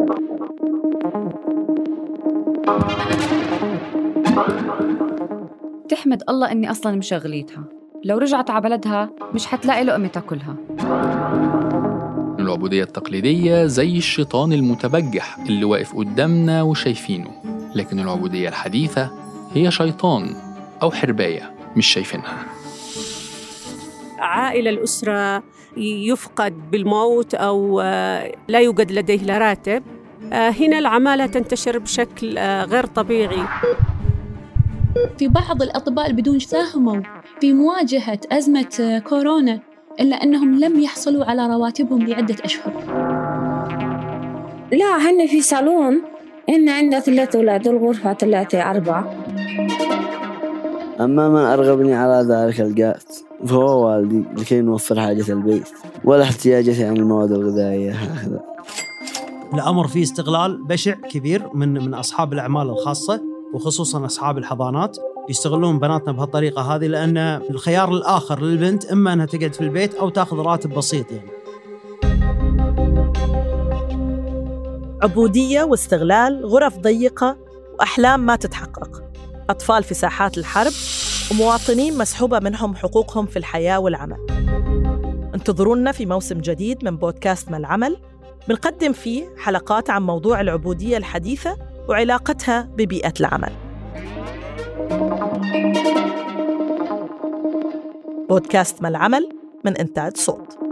تحمد الله إني أصلاً مشغليتها، لو رجعت على بلدها مش حتلاقي لقمة تاكلها. العبودية التقليدية زي الشيطان المتبجح اللي واقف قدامنا وشايفينه، لكن العبودية الحديثة هي شيطان أو حرباية مش شايفينها. عائلة الأسرة يفقد بالموت أو لا يوجد لديه لا راتب، هنا العمالة تنتشر بشكل غير طبيعي. في بعض الأطباء بدون ساهموا في مواجهة أزمة كورونا، إلا أنهم لم يحصلوا على رواتبهم لعدة أشهر. لا، هن في صالون، إن عندها 3 أولاد والغرفة 3-4. أما من أرغبني على ذلك القات فهو والدي، لكي نوفر حاجة البيت ولا احتياجتي عن المواد الغذائية. هكذا الأمر فيه استغلال بشع كبير من أصحاب الأعمال الخاصة، وخصوصاً أصحاب الحضانات يستغلون بناتنا بهالطريقة هذه، لأن الخيار الآخر للبنت إما أنها تقعد في البيت أو تأخذ راتب بسيط. يعني عبودية واستغلال، غرف ضيقة وأحلام ما تتحقق، أطفال في ساحات الحرب، ومواطنين مسحوبة منهم حقوقهم في الحياة والعمل. انتظرونا في موسم جديد من بودكاست ما العمل، بنقدم فيه حلقات عن موضوع العبودية الحديثة وعلاقتها ببيئة العمل. بودكاست ما العمل من إنتاج صوت.